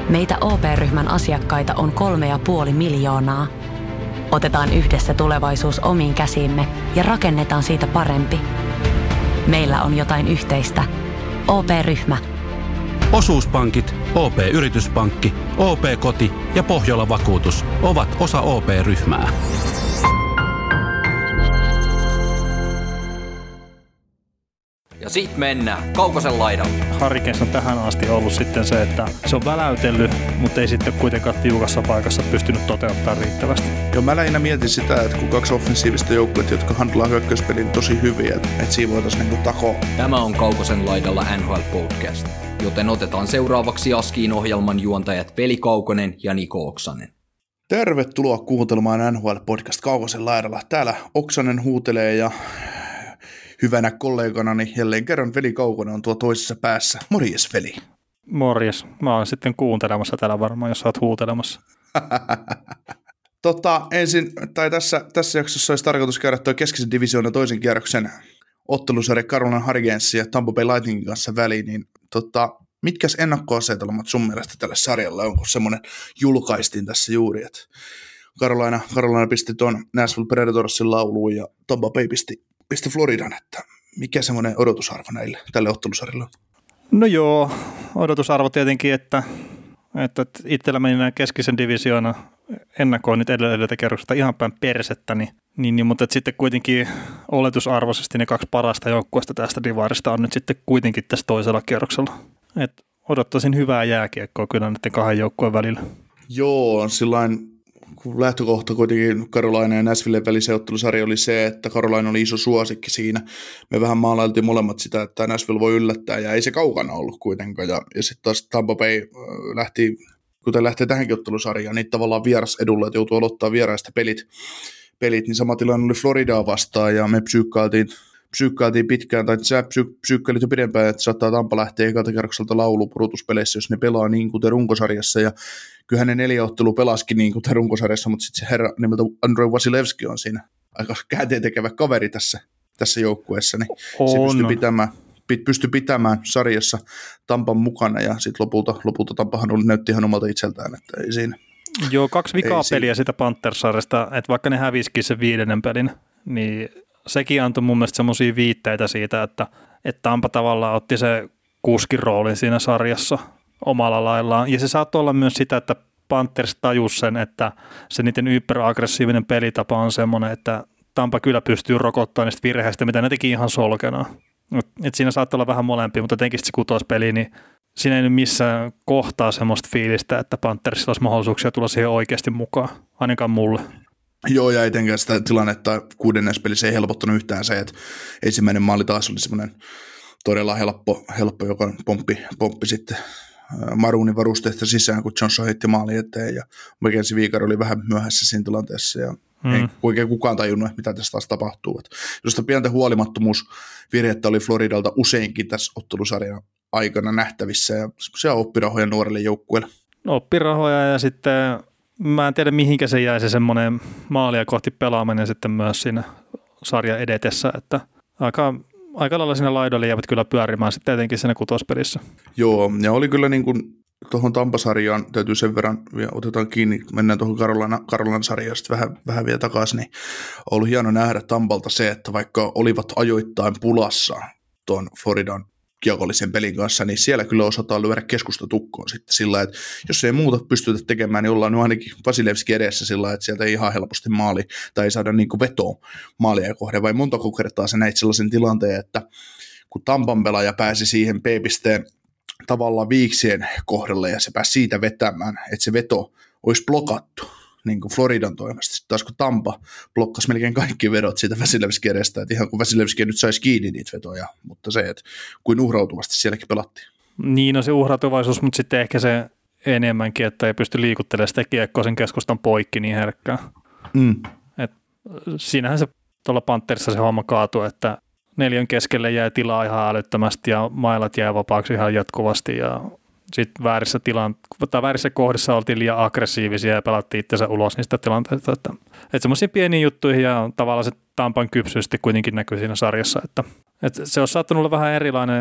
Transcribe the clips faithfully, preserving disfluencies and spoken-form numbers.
Meitä O P-ryhmän asiakkaita on kolme ja puoli miljoonaa. Otetaan yhdessä tulevaisuus omiin käsiimme ja rakennetaan siitä parempi. Meillä on jotain yhteistä. O P-ryhmä. Osuuspankit, O P-yrityspankki, O P-koti ja Pohjola Vakuutus ovat osa O P-ryhmää. Ja sit mennään Kaukosen laidalle. Harikens on tähän asti ollut sitten se, että se on väläytellyt, mutta ei sitten kuitenkaan tiukassa paikassa pystynyt toteuttamaan riittävästi. Joo, mä lähinnä mietin sitä, että kun kaksi offensiivista joukkuetta, jotka handlaa hyökkäyspelin tosi hyvin, että, että siinä voitaisiin niinku takoa. Tämä on Kaukosen laidalla N H L Podcast, joten otetaan seuraavaksi Askiin ohjelman juontajat Veli Kaukonen ja Niko Oksanen. Tervetuloa kuuntelemaan N H L Podcast Kaukosen laidalla. Täällä Oksanen huutelee ja hyvänä kolleganani jälleen kerran Veli Kaukonen on tuo toisessa päässä. Morjes, Veli. Morjes. Mä oon sitten kuuntelemassa täällä varmaan, jos sä oot huutelemassa. tota, ensin, tai tässä, tässä jaksossa olisi tarkoitus käydä tuo keskisen divisioonan toisen kierroksen ottelusarja Carolina Hurricanesin ja Tampa Bay Lightningin kanssa väliin, niin tota, mitkäs ennakkoasetelmat sun mielestä tälle sarjalle on, kun semmoinen julkaistiin tässä juuri, että Carolina, Carolina pisti tuon Nashville Predatorsin lauluun ja Tampa Bay pisti Pisti Floridan, että mikä semmoinen odotusarvo näille, tälle ottelusarjalle on? No joo, odotusarvo tietenkin, että, että itsellä meni nämä keskisen divisioona ennakoinnit edelliseltä kerroksesta ihan päin persettä, niin, niin, mutta sitten kuitenkin oletusarvoisesti ne kaksi parasta joukkueesta tästä divarista on nyt sitten kuitenkin tässä toisella kierroksella. Et odottaisin hyvää jääkiekkoa kyllä näiden kahden joukkueen välillä. Joo, sillain kun lähtökohta kuitenkin Carolina ja Nashvillen välisen ottelusarja oli se, että Carolina oli iso suosikki siinä. Me vähän maalailtiin molemmat sitä, että Nashville voi yllättää, ja ei se kaukana ollut kuitenkaan. Ja, ja sitten taas Tampa Bay lähti, kuten lähtee tähänkin ottelusarjaan, niin tavallaan vieras edulla, että joutuu aloittaa vieraista pelit, pelit, niin sama tilanne oli Floridaa vastaan, ja me psyykkailtiin, psyykkailtiin pitkään, tai sä psyy- psyykkailit jo pidempään, että saattaa Tampa lähteä ekalta kerrokselta laulu pudotuspeleissä, jos ne pelaa niin kuten runkosarjassa, ja kyllähän ne neljä ottelua pelasikin niin kuten runkosarjassa, mutta sitten se herra nimeltä Andrei Vasilevski on siinä aika käänteen tekevä kaveri tässä, tässä joukkueessa, niin on. Se pystyi pitämään, pystyi pitämään sarjassa Tampan mukana, ja sitten lopulta, lopulta Tampahan oli, näytti ihan omalta itseltään, että ei siinä. Joo, kaksi vikaa peliä sitä Panthers-sarjasta, että vaikka ne hävisikin sen viidennen pelin, niin sekin antoi mun mielestä semmoisia viitteitä siitä, että, että Tampa tavallaan otti se kuskin roolin siinä sarjassa omalla laillaan. Ja se saattoi olla myös sitä, että Panthers tajusi sen, että se niiden hyperaggressiivinen pelitapa on semmoinen, että Tampa kyllä pystyy rokottamaan niistä virheistä, mitä ne teki ihan solkena. Et siinä saattoi olla vähän molempia, mutta etenkin se kutospeli, niin siinä ei nyt missään kohtaa semmoista fiilistä, että Panthersilla olisi mahdollisuuksia tulla siihen oikeasti mukaan, ainakaan mulle. Joo, ja etenkään sitä tilannetta kuudennes pelissä ei helpottanut yhtään se, että ensimmäinen maali taas oli semmoinen todella helppo, helppo joka pomppi, pomppi sitten Maruunin varusteesta sisään, kun Johnson heitti maali eteen, ja Mackenzie Weegar oli vähän myöhässä siinä tilanteessa, ja mm. ei oikein kukaan tajunnut, mitä tässä taas tapahtuu. Josta pientä huolimattomuusvirhettä oli Floridalta useinkin tässä ottelusarjan aikana nähtävissä, ja se on oppirahoja nuorelle joukkueelle. Oppirahoja, ja sitten mä en tiedä, mihinkä se jäi se semmoinen maalia kohti pelaaminen sitten myös siinä sarjan edetessä, että aika, aika lailla siinä laidoille jäävät kyllä pyörimään sitten etenkin siinä kutospelissä. Joo, ja oli kyllä niin kuin tuohon Tampasarjaan täytyy sen verran, ja otetaan kiinni, mennään tuohon Carolina, Carolinan sarjaan sitten vähän, vähän vielä takaisin, niin on ollut hieno nähdä Tampalta se, että vaikka olivat ajoittain pulassa tuon Floridan kiekollisen pelin kanssa, niin siellä kyllä osataan lyödä keskusta tukkoon sitten sillä, että jos ei muuta pystytä tekemään, niin ollaan nyt ainakin Vasilevski edessä sillä, että sieltä ei ihan helposti maali, tai ei saada niin kuin vetoa maalia kohden, vai montako kertaa sä näit sellaisen tilanteen, että kun Tampan pelaaja pääsi siihen P-pisteen tavallaan viiksien kohdalle, ja se pääsi siitä vetämään, että se veto olisi blokattu, niin kuin Floridan toimesta. Sitten taas kun Tampa blokkasi melkein kaikki vedot siitä Vasilevskin edestä, että ihan kun Vasilevski nyt saisi kiinni niitä vetoja, mutta se, että kuin uhrautuvasti sielläkin pelattiin. Niin, no se uhrautuvaisuus, mutta sitten ehkä se enemmänkin, että ei pysty liikuttelemaan sitä kiekkoa sen keskustan poikki niin herkkään. Mm. Et siinähän se tuolla Panthersissa se homma kaatui, että neljän keskelle jäi tilaa ihan älyttömästi ja mailat jäi vapaaksi ihan jatkuvasti ja sitten väärissä, tilan, väärissä kohdissa oltiin liian aggressiivisia ja pelattiin itsensä ulos niistä tilanteista. Että, että semmoisiin pieniin juttuihin ja tavallaan se Tampan kypsyys sitten kuitenkin näkyy siinä sarjassa. Että, että se on saattanut olla vähän erilainen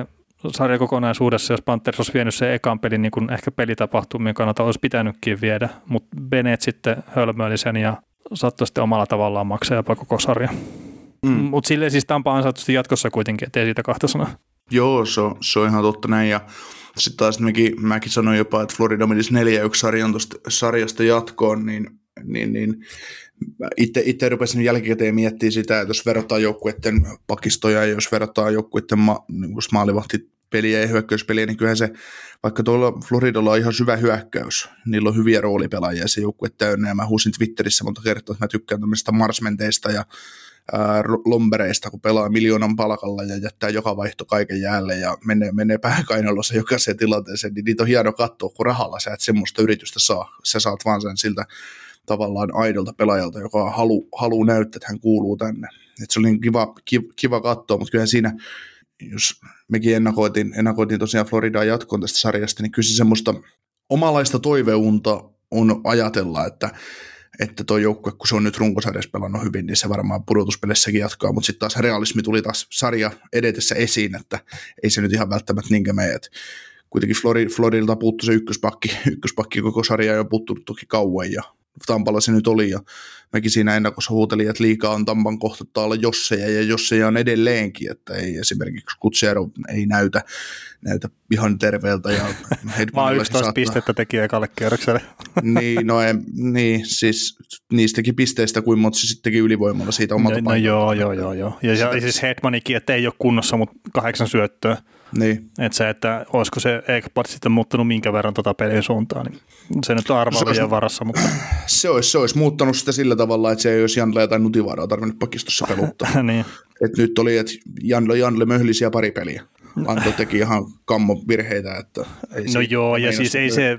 sarja kokonaisuudessa, jos Panthers olisi vienyt sen ekan pelin, niin kuin ehkä pelitapahtumien kannalta olisi pitänytkin viedä, mutta Bennett sitten hölmöili sen ja saattoi sitten omalla tavallaan maksaa jopa koko sarja. Mm. Mutta silleen siis Tampa ansaitusti jatkossa kuitenkin, ettei siitä kahta sanaa. Joo, se on, se on ihan totta näin, ja sitten taas mäkin, mäkin sanoin jopa, että Florida menisi neljä yksi sarjan tosta, sarjasta jatkoon, niin, niin, niin itse, itse rupesin jälkikäteen miettimään sitä, että jos verrataan joukkueiden pakistoja ja jos verrataan joukkueiden ma, niin maalivahtipeliä ja hyökkäyspeliä, niin kyllähän se, vaikka tuolla Floridalla on ihan syvä hyökkäys, niillä on hyviä roolipelaajia ja se joukkue täynnä, ja mä huusin Twitterissä monta kertaa, että mä tykkään tämmöistä marsmenteista ja ää, lombereista, kun pelaa miljoonan palkalla ja jättää joka vaihto kaiken jäälle ja menee, menee pääkainalossa jokaiseen tilanteeseen, niin niitä on hieno katsoa, kun rahalla sä et semmoista yritystä saa, sä saat vaan sen siltä tavallaan aidolta pelaajalta, joka halu, haluaa näyttää, että hän kuuluu tänne. Et se oli niin kiva, kiva, kiva katsoa, mutta kyllä siinä, jos mekin ennakoitiin, ennakoitiin tosiaan Floridaan jatkoon tästä sarjasta, niin kyllä se semmoista omalaista toiveunta on ajatella, että että tuo joukkue, kun se on nyt runkosarjassa pelannut hyvin, niin se varmaan pudotuspelissäkin jatkaa, mutta sitten taas realismi tuli taas sarja edetessä esiin, että ei se nyt ihan välttämättä niinkään mene, että kuitenkin Floridilta puuttui se ykköspakki, ykköspakki koko sarja ei ole puuttunut toki kauan, ja Tampalla se nyt oli, ja mäkin siinä ennakossa huutelin, että liikaa on Tampan kohta olla josseja, ja josseja on edelleenkin, että ei esimerkiksi Kutsero ei näytä, näytä ihan terveeltä. Ja vaan yksitoista saattaa pistettä teki ekalle kierrokselle. niin, no en, niin, siis niistäkin pisteistä kuin monta se sitten teki ylivoimalla siitä omalta no, no joo, joo, joo, joo. Ja, ja siis Hedmanikin, että ei ole kunnossa, mutta kahdeksan syöttöä. Niin. Että se, että olisiko se Ekblad sitten muuttanut minkä verran tuota pelin suuntaan, niin se nyt on arvailija varassa. Mutta se, olisi, se olisi muuttanut sitä sillä tavalla, että se ei olisi Janlea tai Nutivaaraa tarvinnut pakistossa peluttaa. niin. Et nyt oli, että Janle, Janle möhlisiä pari peliä. Anto teki ihan kammo virheitä. Että ei no joo, ja siis ei se,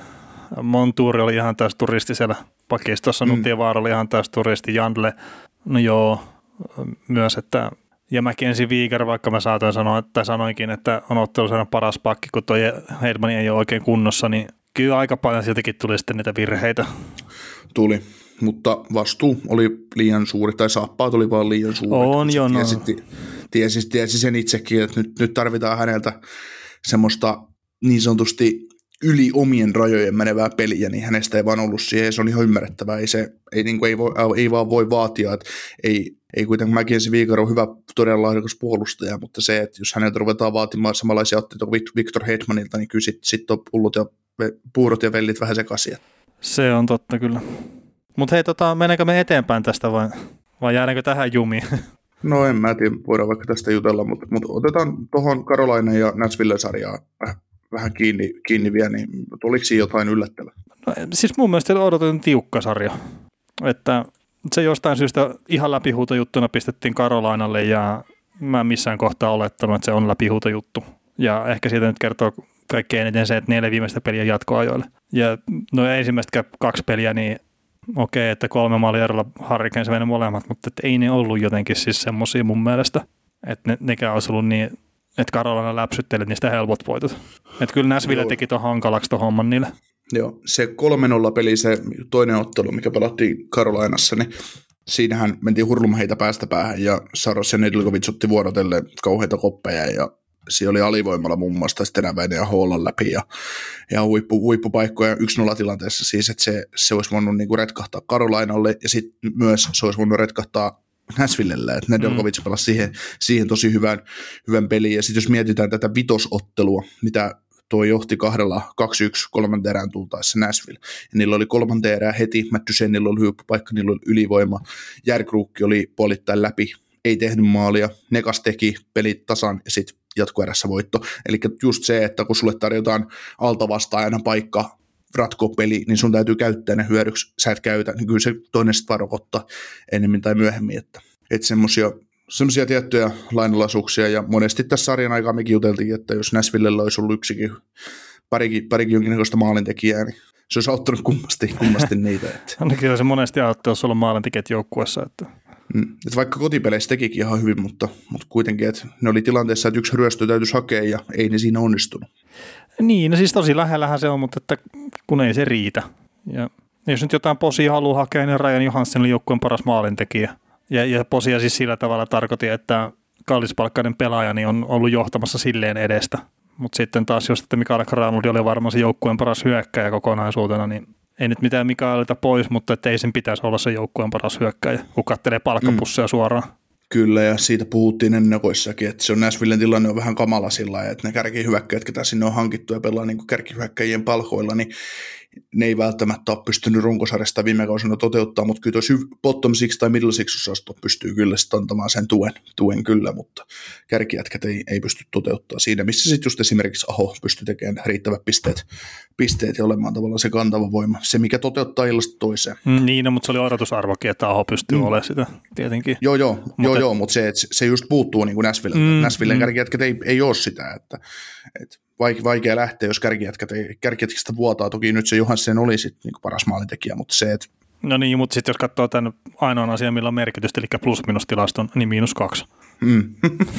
Montuuri oli ihan täys turisti siellä pakistossa, mm. Nutivaara oli ihan täys turisti, Janle, no joo, myös, että ja Mackenzie Weegar, vaikka mä saatoin sanoa, että sanoinkin, että on ottelusarjan paras pakki, kun tuo Hedman ei ole oikein kunnossa, niin kyllä aika paljon siltäkin tuli sitten niitä virheitä. Tuli, mutta vastuu oli liian suuri, tai saappaat oli vaan liian suuri. On jo, no. Tiesi, tiesi, tiesi sen itsekin, että nyt, nyt tarvitaan häneltä semmoista niin sanotusti yli omien rajojen menevää peliä, niin hänestä ei vaan ollut siihen, se on ihan ymmärrettävää, ei, se, ei, niin kuin, ei, voi, ei vaan voi vaatia, että ei, ei kuitenkaan Mackenzie Weegar on hyvä todella lahjakas puolustaja, mutta se, että jos häneltä ruvetaan vaatimaan samanlaisia otteita Victor Hedmanilta, niin kyllä sitten sit on pullot ja puurot ja vellit vähän sekaisin. Se on totta kyllä. Mutta hei, tota, mennäänkö me eteenpäin tästä vai, vai jäädäänkö tähän jumiin? No en mä tiedä, voidaan vaikka tästä jutella, mutta, mutta otetaan tuohon Carolina ja Nashville-sarjaan vähän kiinni, kiinni vielä, niin oliko siinä jotain yllättävää? No, siis mun mielestä odotetun tiukka sarja, että se jostain syystä ihan läpihuutojuttuna pistettiin Carolinalle ja mä en missään kohtaa olettanut, että se on läpihuutojuttu. Ja ehkä siitä nyt kertoo kaikkein eniten se, että neljä viimeistä peliä jatkoajoille. Ja no ensimmäistä kaksi peliä, niin okei, että kolme maalia erolla Hurricanes meni molemmat, mutta ei ne ollut jotenkin siis semmosia mun mielestä, että ne, nekään olisi ollut niin, että Carolina läpsytteli niistä helpot voitot. Että kyllä Nashville teki ton hankalaksi ton homman niille. Joo, se kolme nolla peli, se toinen ottelu, mikä pelattiin Carolinassa, niin siinähän mentiin hurlumheitä päästä päähän ja Saros ja Nedeljkovic otti vuorotellen kauheita koppeja ja siellä oli alivoimalla muun muassa Stenäväinen ja Hollan läpi ja, ja huippu, huippupaikkoja yksi nolla tilanteessa siis, että se, se olisi voinut niinku retkahtaa Carolinalle ja sitten myös se olisi voinut retkahtaa Nashvillelle, että Nedeljkovic pelasi siihen, siihen tosi hyvän, hyvän pelin ja sitten jos mietitään tätä vitosottelua, mitä tuo johti kahdella kaksi yksi kolmanteen erään tultaessa Nashville. Ja niillä oli kolmanteen erää heti, Matt Duchenilla oli hyöppäpaikka, niillä oli ylivoima, Järkruukki oli puolittain läpi, ei tehnyt maalia, Nekas teki pelit tasan ja sitten jatkoerässä voitto. Eli just se, että kun sulle tarjotaan alta vastaajana paikka ratkoa peli, niin sun täytyy käyttää ne hyödyksi, sä et käytä, niin kyllä se toinen sitten vaan rokottaa enemmän tai myöhemmin, että, että semmoisia Semmoisia tiettyjä lainalaisuuksia, ja monesti tässä sarjan aikaa mekin juteltiin, että jos Nashvillellä olisi ollut yksikin, parikin, parikin jonkinnäköistä maalintekijää, niin se olisi auttanut kummasti, kummasti niitä. Että. Ainakin se monesti auttaa, jos sulla on maalintekijät joukkuessa. Että. Mm, että vaikka kotipeleissä tekikin ihan hyvin, mutta, mutta kuitenkin, että ne oli tilanteessa, että yksi ryöstö täytyisi hakea, ja ei ne siinä onnistunut. Niin, no siis tosi lähellähän se on, mutta että kun ei se riitä. Ja jos nyt jotain posia haluaa hakea, niin Ryan Johansson oli joukkueen paras maalintekijä. Ja, ja posia siis sillä tavalla tarkoitin, että kallispalkkainen pelaaja, niin on ollut johtamassa silleen edestä. Mutta sitten taas, jos että Mikael Granlund oli varmaan se joukkueen paras hyökkääjä kokonaisuutena, niin ei nyt mitään Mikaelilta pois, mutta että ei sen pitäisi olla se joukkueen paras hyökkääjä, kun katselee palkkapusseja mm. suoraan. Kyllä, ja siitä puhuttiin ennakoissakin, että se on Nashvillen tilanne on vähän kamala sillä lailla, että ne kärkihyökkäjät, ketä sinne on hankittu ja pelaa niin kuin kärkihyökkäjien palkoilla, niin ne ei välttämättä ole pystynyt runkosarjasta viime kausina toteuttaa, mutta kyllä tuossa bottom six tai middle six osasto pystyy kyllä sitten antamaan sen tuen, tuen kyllä, mutta kärkijätkät ei, ei pysty toteuttaa siinä, missä sitten just esimerkiksi Aho pystyy tekemään riittävät pisteet, pisteet ja olemaan tavallaan se kantava voima, se mikä toteuttaa illasta toiseen. Mm, niin, no, mutta se oli odotusarvokin, että Aho pystyy mm. olemaan sitä tietenkin. Joo, joo, mutta joo, joo mutta se, se just puuttuu niin kuin Nashvillen, mm, Nashvillen mm. kärkijätkät ei, ei ole sitä, että, että vaikea lähteä, jos kärkijätkistä vuotaa. Toki nyt se Johansen oli sitten niin paras maalintekijä, mutta se, että... No niin, mutta sitten jos katsoo tämän ainoan asian, millä on merkitystä, eli plus-minus-tilaston, niin miinus kaksi. Mm.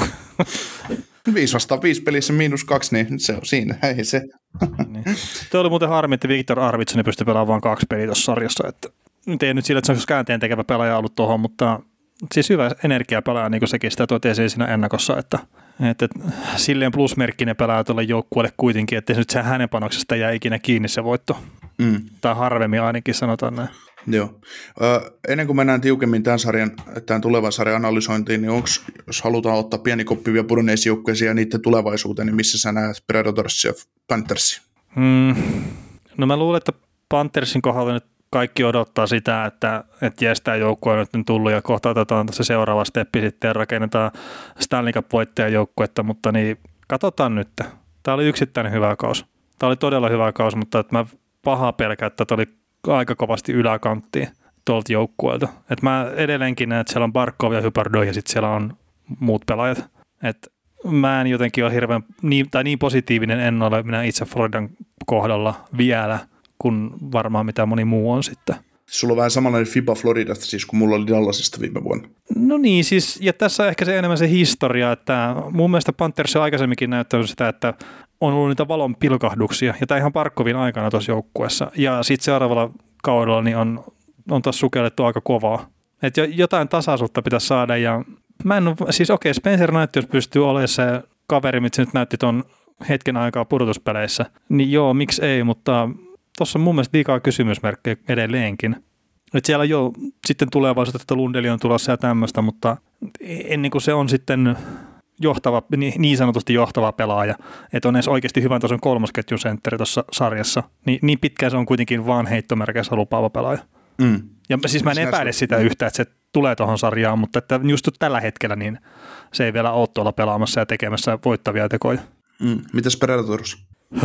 viisi vastaan viisi pelissä miinus kaksi, niin se on siinä, ei se. Niin. Tuo oli muuten harmi, että Viktor Arvidsson pystyi pelaamaan vain kaksi peliä tuossa sarjassa. Että nyt ei nyt sillä, että se olisi käänteen tekevä pelaaja ollut tuohon, mutta siis hyvä energiapelaaja, niin kuin sekin sitä totesi siinä ennakossa, että Että et, silleen plusmerkkinen pelaa tuolle joukkueelle kuitenkin, että nyt se hänen panoksesta jää ikinä kiinni se voitto. Mm. Tai harvemmin ainakin sanotaan näin. Joo. Ö, ennen kuin mennään tiukemmin tämän, sarjan, tämän tulevan sarjan analysointiin, niin onko, jos halutaan ottaa pieni koppi vielä pudonneisjoukkueisiin ja niiden tulevaisuuteen, niin missä sä näet Predators ja Panthersin? Mm. No mä luulen, että Panthersin kohdalla nyt kaikki odottaa sitä, että, että jes, tämä joukkue on nyt tullut ja kohta otetaan se seuraava steppi sitten ja rakennetaan Stanley Cup-voittajajoukkuetta, mutta niin katsotaan nyt. Tämä oli yksittäinen hyvä kausi. Tämä oli todella hyvä kausi, mutta että mä pahaa pelkään, että tämä oli aika kovasti yläkanttiin tuolta joukkueelta. Että mä edelleenkin näen, että siellä on Barkov ja Hyperdö ja sitten siellä on muut pelaajat. Että mä en jotenkin ole hirveän, niin, tai niin positiivinen en ole minä itse Floridan kohdalla vielä, kun varmaan mitä moni muu on sitten. Sulla on vähän samanlainen FIBA Floridasta siis, kuin mulla oli Dallasista viime vuonna. No niin, siis, ja tässä on ehkä se enemmän se historia, että mun mielestä Panthers on aikaisemminkin näyttänyt sitä, että on ollut niitä valon pilkahduksia, ja tämä ihan Barkovin aikana tuossa joukkueessa, ja sitten seuraavalla kaudella niin on, on taas sukellettu aika kovaa. Että jotain tasaisuutta pitäisi saada, ja mä en ole, siis okei, Spencer näytti, jos pystyy olemaan se kaveri, mitä se nyt näytti tuon hetken aikaa pudotuspeleissä, niin joo, miksi ei, mutta tuossa on mun mielestä liikaa kysymysmerkkejä edelleenkin. Että siellä jo sitten tulevaisuutta, että Lundeli on tulossa ja tämmöistä, mutta ennen kuin se on sitten johtava, niin sanotusti johtava pelaaja, että on edes oikeasti hyvän tason kolmosketjun sentteri tuossa sarjassa, niin, niin pitkään se on kuitenkin vaan heittomerkeissä lupaava pelaaja. Mm. Ja siis mä en Sinä epäile sitä yhtään, että se tulee tuohon sarjaan, mutta että just tällä hetkellä niin se ei vielä ole tuolla pelaamassa ja tekemässä voittavia tekoja. Mm. Mitäs Predators?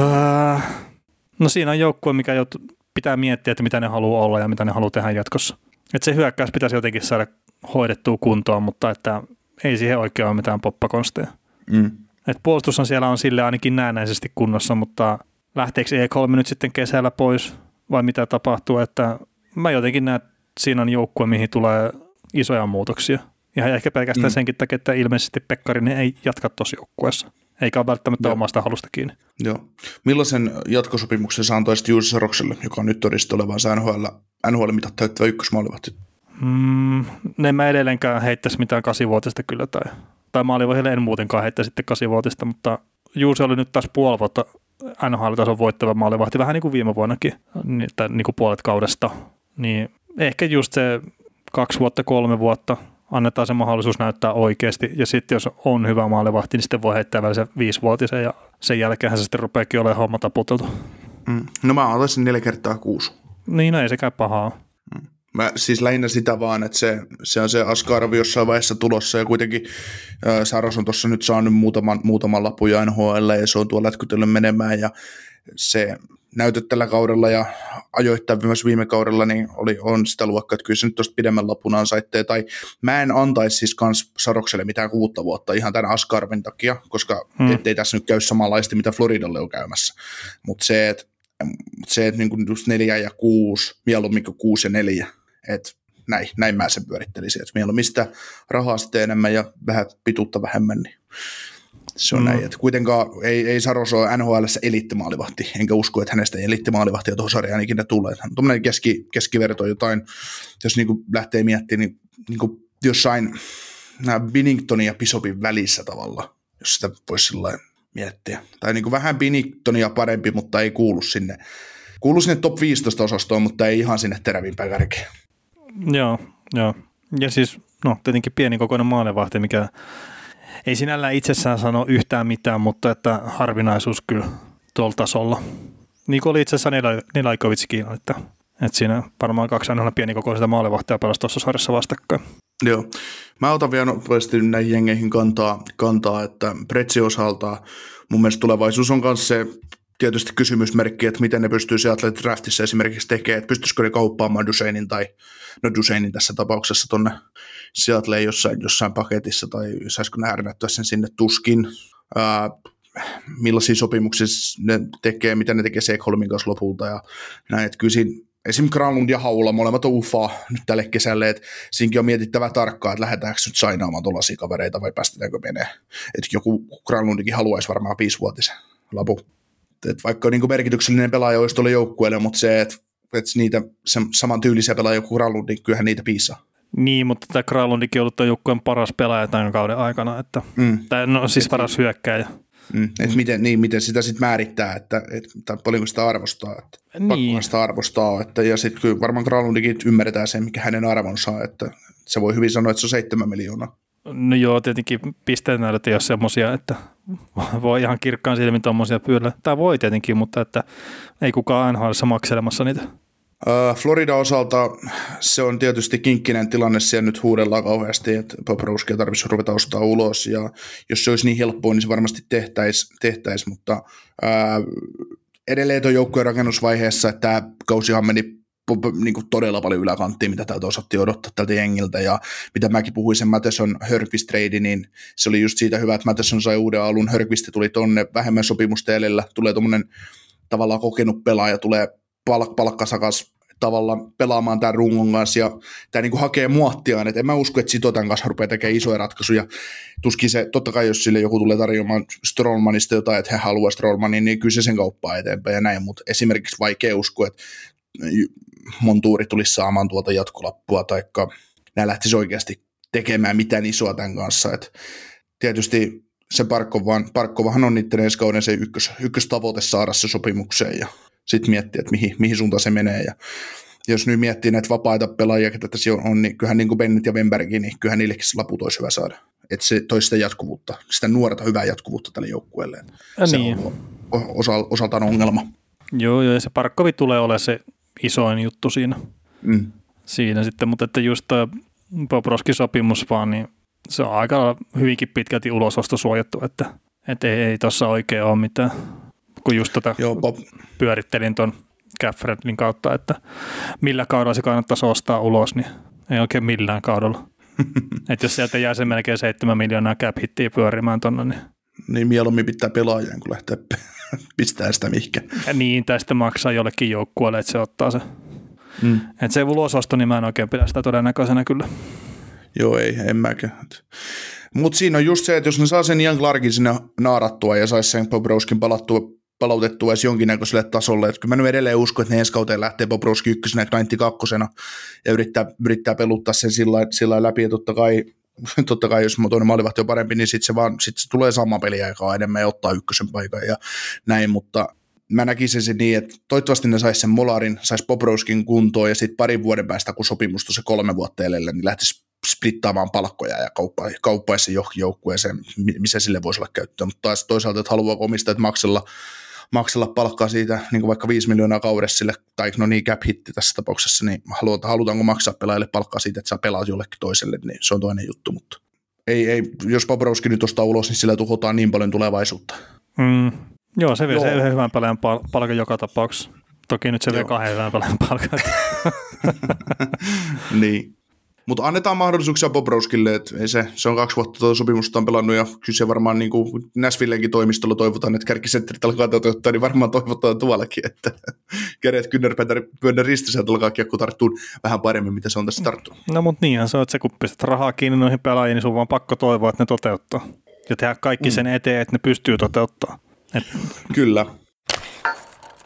Uh, no siinä on joukkue, mikä joutu, pitää miettiä, että mitä ne haluaa olla ja mitä ne haluaa tehdä jatkossa. Että se hyökkäys pitäisi jotenkin saada hoidettua kuntoon, mutta että ei siihen oikein ole mitään poppakonsteja. Mm. Et puolustushan siellä on sille ainakin näennäisesti kunnossa, mutta lähteekö E kolme nyt sitten kesällä pois vai mitä tapahtuu, että mä jotenkin näen, että siinä on joukkue, mihin tulee isoja muutoksia. Ja ehkä pelkästään mm. senkin takia, että ilmeisesti Pekkarinen ei jatka tuossa joukkueessa, eikä ole välttämättä Joo. omasta halusta kiinni. Joo. Millaisen jatkosopimuksen sä antaisit Juuse Sarokselle, joka on nyt todistettu olevansa N H L, N H L-mitat täyttävä ykkösmaalivahti? Mm, en mä edelleenkään heittäisi mitään kasivuotista kyllä, tai, tai maalivahille en muutenkaan heittäisi sitten kasivuotista, mutta Juuse oli nyt taas puoli vuotta N H L-tason voittava maalivahti, vähän niin kuin viime vuonnakin, niin, tai niin kuin puolet kaudesta, niin ehkä just se kaksi vuotta, kolme vuotta, annetaan se mahdollisuus näyttää oikeasti, ja sitten jos on hyvä maalivahti, niin sitten voi heittää vielä se viisivuotisen, ja sen jälkeen se sitten rupeakin olemaan homma taputeltu. Mm. No mä antaisin neljä kertaa kuusi. Niin, no ei sekään pahaa. Mm. Mä siis lähinnä sitä vaan, että se, se on se Askarvi jossain vaiheessa tulossa, ja kuitenkin äh, Saros on tuossa nyt saanut muutaman, muutaman lapun ja N H L, ja se on tuo lätkytellyt menemään, ja se näytöt tällä kaudella ja ajoittain myös viime kaudella, niin oli, on sitä luokkaa, että kyllä se nyt tuosta pidemmän lapun ansaittee, tai mä en antaisi siis kans Sarokselle mitään kuutta vuotta ihan tämän Askarvin takia, koska hmm. ettei tässä nyt käy samanlaista, mitä Floridalle on käymässä, mutta se, että se, että niin just neljä ja kuusi, mieluummin kuin kuusi ja neljä, että näin, näin mä sen pyörittelisin, että mieluummin sitä rahaa sitten enemmän ja vähän pituutta vähemmän, niin se on mm. näin, että kuitenkaan ei, ei Saros ole N H L:ssä elittimaalivahti, enkä usko, että hänestä ei elittimaalivahtia tuohon sarjaan ikinä tulee. Hän on tuommoinen keski, keskiverto jotain, jos niin kuin lähtee miettimään, niin, niin kuin jossain nämä Binningtonin ja Bishopin välissä tavalla, jos sitä voisi sillä miettiä. Tai niin kuin vähän Binningtonia parempi, mutta ei kuulu sinne. Kuulu sinne top viisitoista osastoon, mutta ei ihan sinne terävimpään kärkeen. Joo, joo. Ja siis, no tietenkin pienikokoinen maalevahti, mikä ei sinällään itsessään sano yhtään mitään, mutta että harvinaisuus kyllä tuolla tasolla. Niin kuin oli itse asiassa Nelaikovitsikin, että, että siinä varmaan kaksi aina pienikokoisista maalevahtia pelasi tuossa sarjassa vastakkain. Joo. Mä otan vielä nopeasti näihin jengeihin kantaa, kantaa että Pretsi osalta mun mielestä tulevaisuus on myös se tietysti kysymysmerkki, että miten ne pystyy Seattle draftissa esimerkiksi tekemään, että pystyisikö ne kauppaamaan Ducheinin tai, no Ducheinin tässä tapauksessa tuonne Seattleen jossain, jossain paketissa, tai saisiko ne härnättyä sen sinne tuskin, ää, millaisia sopimuksia ne tekee, mitä ne tekee Sekholmin kanssa lopulta, ja näin, että kyllä siinä, esimerkiksi Granlund ja Haula, molemmat on ufaa nyt tälle kesälle, että siinäkin on mietittävä tarkkaan, että lähdetäänkö nyt sainaamaan tuollaisia kavereita vai päästetäänkö menee, että joku Granlundikin haluaisi varmaan viisivuotisen lapun. Et vaikka niin merkityksellinen pelaaja olisi tuolle joukkueelle, mutta se, että et niitä saman tyylisiä pelaajia kuin Granlund, niin kyllähän niitä piisaa. Niin, mutta tämä Granlundikin on ollut tämän joukkueen paras pelaaja tämän kauden aikana, että, mm. tai no siis et, paras hyökkääjä. Mm, että miten, niin, miten sitä sitten määrittää, että, että paljonko sitä arvostaa, että niin. Pakkohan sitä arvostaa, että, ja sitten kyllä varmaan Granlundikin ymmärretään sen, mikä hänen arvonsa, että se voi hyvin sanoa, että se on seitsemän miljoonaa. No joo, tietenkin pisteet näydet ei ole semmoisia, että voi ihan kirkkaan silmin tuommoisia pyydellä. Tämä voi tietenkin, mutta että ei kukaan N H L:ssä makselemassa niitä. Florida osalta se on tietysti kinkkinen tilanne, siellä nyt huudellaan kauheasti, että Bobrovskia tarvitsisi ruveta ostaa ulos, ja jos se olisi niin helppoa, niin se varmasti tehtäisiin, tehtäisi, mutta ää, edelleen tuon joukkueen rakennusvaiheessa, että tämä kausihan meni niin kuin todella paljon yläkanttiin, mitä täältä osattiin odottaa tältä jengiltä, ja mitä mäkin puhuin sen Matheson-Hörqvist-trade, niin se oli just siitä hyvä, että Matheson sai uuden alun, Hörqvist tuli tonne vähemmän sopimusta edellä, tulee tuommoinen tavallaan kokenut pelaaja, tulee palk- palkkasakas tavallaan pelaamaan tämän rungon kanssa, ja tämä niin kuin hakee muottiaan, että en mä usko, että Sitotan kanssa rupeaa tekemään isoja ratkaisuja, tuskin se, totta kai jos sille joku tulee tarjoamaan Strollmanista jotain, että he haluaa Strollmanin, niin kyllä se sen kauppaa eteenpäin ja näin, mutta esimerkiksi vaikea uskoa, että Montuuri tulisi saamaan tuolta jatkolappua, taikka nämä lähtisi oikeasti tekemään mitään isoa tämän kanssa. Et tietysti se Parkkovan, Parkkovahan on niiden ensi kauden se ykkös, ykköstavoite saada se sopimukseen ja sitten miettiä, että mihin, mihin suuntaan se menee. Ja jos nyt miettii näitä vapaita pelaajia, ketä tässä on, on niin kyllähän niin kuin Bennett ja Wennbergin, niin kyllähän niillekin se laput olisi hyvä saada. Että se toisi sitä jatkuvuutta, sitä nuorta hyvää jatkuvuutta tälle joukkueelle. Se niin. on osa, osaltaan ongelma. Joo, joo, ja se Parkkovi tulee olemaan se isoin juttu siinä, mm. siinä sitten, mutta että just tuo Bobrovskin sopimus vaan, niin se on aika hyvinkin pitkälti ulososto suojattu, että, että ei, ei tuossa oikein ole mitään, kun just tota Joo, Bob. pyörittelin tuon Cap-Friendlin kautta, että millä kaudella se kannattaisi ostaa ulos, niin ei oikein millään kaudella. Että jos sieltä jää se melkein seitsemän miljoonaa cap-hittiä pyörimään tuonne, niin niin mieluummin pitää pelaajien, kun lähtee pistää sitä mihinkään. Ja niin, tai sitten maksaa jollekin joukkueelle, että se ottaa se. Mm. Että se ulososto, niin mä en oikein pidä sitä todennäköisenä kyllä. Joo, ei, en mäkään. Mutta siinä on just se, että jos ne saa sen Ian Clarkin sinne naarattua ja saisi sen Bobrovskin palattua, palautettua edes jonkinnäköiselle tasolle. Että kyllä mä nyt edelleen uskon, että ne ensi kauteen lähtee Bobrovski ykkösenä ja Knightti kakkosena ja yrittää, yrittää peluttaa sen sillä, sillä läpi. Ja totta kai, totta kai jos toinen maalivahti on parempi, niin sitten se, vaan, sit se tulee sama peliaikaa enemmän ja ottaa ykkösen paikan ja näin. Mutta mä näkisin sen niin, että toivottavasti ne saisi sen Molarin, saisi Bobrovskin kuntoon ja sitten parin vuoden päästä, kun sopimus on se kolme vuotta edellä, niin lähtisi splittaamaan palkkoja ja kauppa, kauppaisi sen johonkin joukkueeseen, missä sille voisi olla käyttöä. Mutta taas toisaalta, että haluaako omistajat maksella, maksella palkkaa siitä niin kuin vaikka viisi miljoonaa kaudessa sille, tai no niin cap hitti tässä tapauksessa, niin halutaanko maksaa pelaajille palkkaa siitä, että saa pelaa jollekin toiselle, niin se on toinen juttu. Mutta ei, ei, jos Bobrovski nyt ostaa ulos, niin sillä tuhotaan niin paljon tulevaisuutta. Mm. Joo, se vie se yhden hyvän pelaajan pal- palkan joka tapauksessa. Toki nyt se vie kahden hyvän pelaajan palkan. Niin. Mutta annetaan mahdollisuuksia Bobrovskille, että ei se, se on kaksi vuotta tuota sopimusta on pelannut ja kyllä se varmaan niin kuin Nashvillenkin toimistolla toivotaan, että kärkisentterit alkaa toteuttaa, niin varmaan toivotaan tuollakin, että kädet kynnärpöydän ristiseltä alkaa kiekko tarttuu vähän paremmin, mitä se on tässä tarttunut. No mutta niinhän se on, että se kun pistät rahaa kiinni noihin pelaajiin, niin sun on vaan pakko toivoa, että ne toteuttaa. Ja tehdä kaikki sen eteen, että ne pystyy toteuttaa. Et... Kyllä.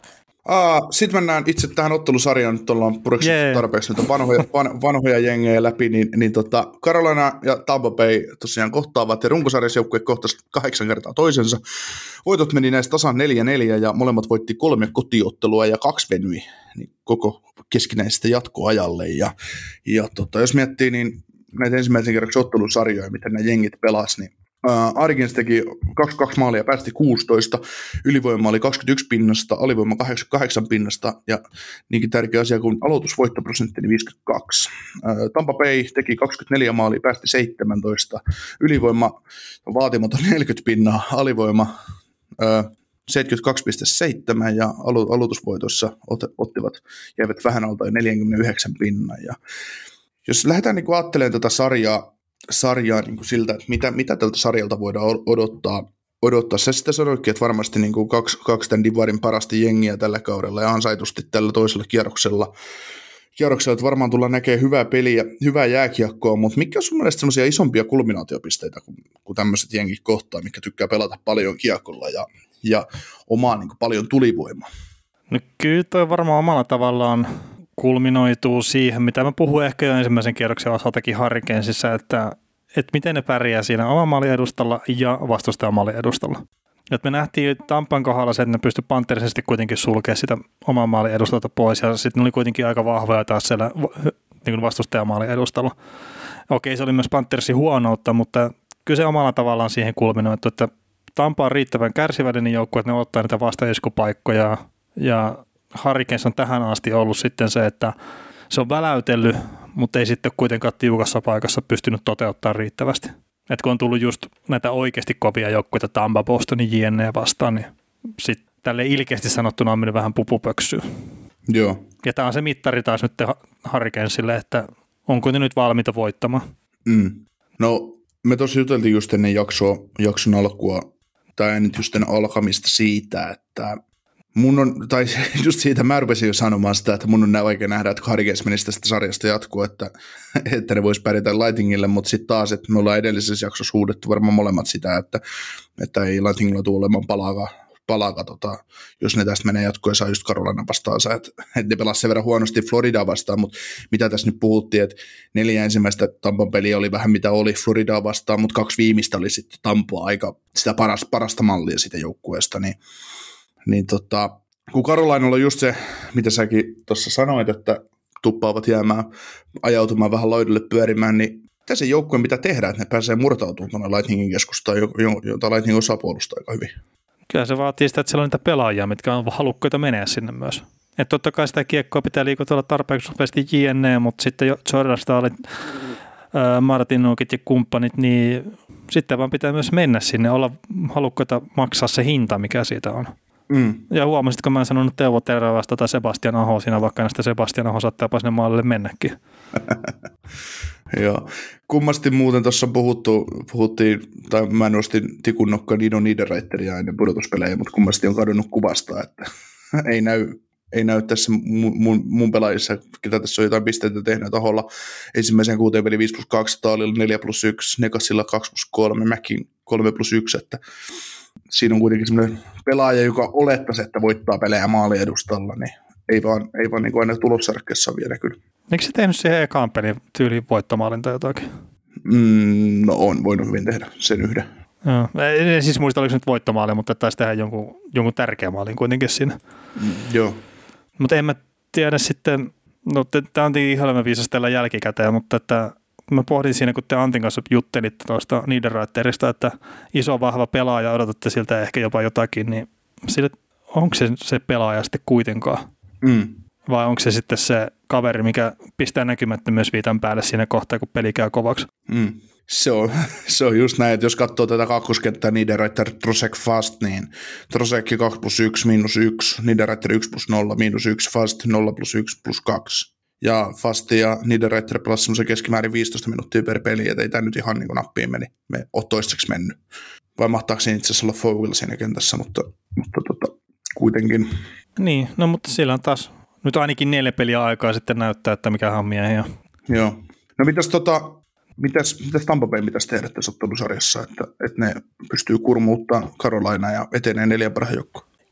Uh, Sitten mennään itse tähän ottelusarjaan, nyt ollaan pureksittu yeah. tarpeeksi nyt vanhoja, van, vanhoja jengejä läpi, niin, niin tota, Carolina ja Tampa Bay tosiaan kohtaavat, ja runkosarjassa joukkue kohtasi kahdeksan kertaa toisensa. Voitot meni näistä tasan neljä neljä, ja molemmat voitti kolme kotiottelua, ja kaksi venyi niin koko keskinäisestä jatkoajalle. Ja, ja tota, jos miettii, niin näitä ensimmäisen kerran ottelusarjoja, miten nämä jengit pelasi, niin Uh, Argins teki kaksikymmentäkaksi maalia ja päästi kuusitoista, ylivoima oli kaksikymmentäyksi pinnasta, alivoima kahdeksankymmentäkahdeksan pinnasta ja niinkin tärkeä asia kuin aloitusvoittoprosentti niin viisikymmentäkaksi. Uh, Tampa Bay teki kaksikymmentäneljä maalia, päästi seitsemäntoista, ylivoima vaatimaton neljäkymmentä pinnaa, alivoima uh, seitsemänkymmentäkaksi pilkku seitsemän ja alo- aloitusvoitossa ot- ottivat, jäivät vähän alta neljäkymmentäyhdeksän pinnan. Ja jos lähdetään niin ajattelemaan tätä sarjaa, sarjaa niin kuin siltä, että mitä, mitä tältä sarjalta voidaan odottaa. odottaa. Sä sitten sanoitkin, että varmasti niin kuin kaksi, kaksi tämän divarin parasta jengiä tällä kaudella ja ansaitusti tällä toisella kierroksella. Kierroksella, että varmaan tullaan näkemään hyvää peliä, hyvää jääkiekkoa, mutta mikä on sun mielestä semmoisia isompia kulminaatiopisteitä, kun, kun tämmöiset jengit kohtaa, mikä tykkää pelata paljon kiekolla ja, ja omaa niin kuin paljon tulivoimaa? No kyllä toi varmaan omalla tavallaan kulminoituu siihen, mitä mä puhuin ehkä jo ensimmäisen kierroksen osaltakin Hurricanesissa, että, että miten ne pärjää siinä oman maalin edustalla ja vastustajan maalin edustalla. Et me nähtiin Tampan kohdalla se, että ne pystyi panterisesti kuitenkin sulkemaan sitä oman maalin edustalta pois, ja sitten ne oli kuitenkin aika vahvoja taas siellä niin vastustajan maalin edustalla. Okei, se oli myös Panthersin huonoutta, mutta kyllä se omalla tavallaan siihen kulminoitu, että Tampa on riittävän kärsivällinen joukko, että ne ottaa niitä vastaiskupaikkoja, ja Hurricanes on tähän asti ollut sitten se, että se on väläytellyt, mutta ei sitten kuitenkaan tiukassa paikassa pystynyt toteuttamaan riittävästi. Et kun on tullut just näitä oikeasti kovia joukkueita Tampa, Bostonin jne vastaan, niin sitten tälle ilkeästi sanottuna on mennyt vähän pupupöksyyn. Joo. Ja tämä on se mittari taas nyt Hurricanesille, että onko ne nyt valmiita voittamaan. Mm. No me tuossa juteltiin just ennen jaksoa, jakson alkua, tai nyt just ennen alkamista siitä, että mun on, tai just siitä mä rupesin jo sanomaan sitä, että mun on oikein nähdä, että Hurricanes menisi tästä sarjasta jatkuu, että, että ne vois pärjätä Lightningille, mutta sitten taas, että me ollaan edellisessä jaksossa huudettu varmaan molemmat sitä, että, että ei Lightningilla tule olemaan palaakaan, palaakaan tota, jos ne tästä menee jatkoon ja saa just Carolina vastaansa, että, että ne pelasivat sen verran huonosti Floridaa vastaan, mutta mitä tässä nyt puhuttiin, että neljä ensimmäistä Tampan peliä oli vähän mitä oli Floridaa vastaan, mutta kaksi viimeistä oli sitten Tampaa aika sitä parasta, parasta mallia siitä joukkueesta, niin Niin tota, kun Carolinalla on just se, mitä säkin tuossa sanoit, että tuppaavat jäämään, ajautumaan vähän laidulle pyörimään, niin mitä se joukkueen pitää tehdä, että ne pääsee murtautumaan tuonne Lightningin keskustaan, jota Lightning osaa puolustaa aika hyvin? Kyllä se vaatii sitä, että siellä on niitä pelaajia, mitkä on halukkaita menee sinne myös. Että totta kai sitä kiekkoa pitää liikutella tarpeeksi nopeasti jne, mutta sitten jo Jordan Stahlit, Martin Nukit ja kumppanit, niin sitten vaan pitää myös mennä sinne, olla halukkaita maksaa se hinta, mikä siitä on. Mm. Ja huomasitko mä en sanonut Teuvo Tervasta tai Sebastian Aho siinä, vaikka näistä Sebastian Aho saattaapa sinne maalille mennäkin. Joo. Kummasti muuten tuossa puhuttu, puhuttiin, tai mä nostin tikunnokka Dino Niederreiteria ennen pudotuspelejä, mutta kummasti on kadonnut kuvasta, että ei näy, ei näy tässä mun, mun, mun pelaajissa, ketä tässä on jotain pisteitä tehnyt Aholla. Ensimmäisen kuuteen peli viisi plus kaksi, Taalilla neljä plus yksi, Nekasilla kaksi plus kolme, Mäkin kolme plus yksi, että siinä on kuitenkin semmoinen pelaaja, joka olettaisi, että voittaa pelejä maalin edustalla, niin ei vaan, ei vaan niin kuin aina tulossarkkeessa vielä kyllä. Eikö se tehnyt siihen ekaan pelin tyyliin voittomaalin tai jotakin? Mm, no on voinut hyvin tehdä sen yhden. Joo. En siis muista, oliko se nyt voittomaali, mutta taisi tehdä jonkun, jonkun tärkeän maalin kuitenkin siinä. Mm, joo. Mutta en mä tiedä sitten, no tämä on ihan viisastella jälkikäteen, mutta että mä pohdin siinä, kun te Antin kanssa juttelitte tuosta Niederreiteristä, että iso vahva pelaaja, odotatte siltä ehkä jopa jotakin, niin sille, onko se se pelaaja sitten kuitenkaan? Mm. Vai onko se sitten se kaveri, mikä pistää näkymättömyysviitan päälle siinä kohtaa, kun peli käy kovaksi? Mm. Se on, se on just näin, että jos katsoo tätä kakkoskenttää Niederreiter, Trosek, Fast, niin Trosek kaksi plus yksi, miinus yksi, Niederreiter yksi plus nolla, miinus yksi, Fast nolla plus yksi plus kaksi. Ja Fast ja Niederreiter pelasi semmoisen keskimäärin viisitoista minuuttia per peli, että ei tämä nyt ihan niin kuin nappiin meni, me ole toistaiseksi mennyt. Vai mahtaako siinä itse asiassa olla Fowl siinä kentässä, mutta, mutta tota, kuitenkin. Niin, no mutta siellä on taas nyt ainakin neljä peliä aikaa sitten näyttää, että mikä hammia on. Joo. No mitäs, tota, mitäs, mitäs Tampa Bay pitäisi tehdä tässä ottelusarjassa, että, että ne pystyy kurmuuttamaan Carolina ja etenee neljän parhaan joukkoon?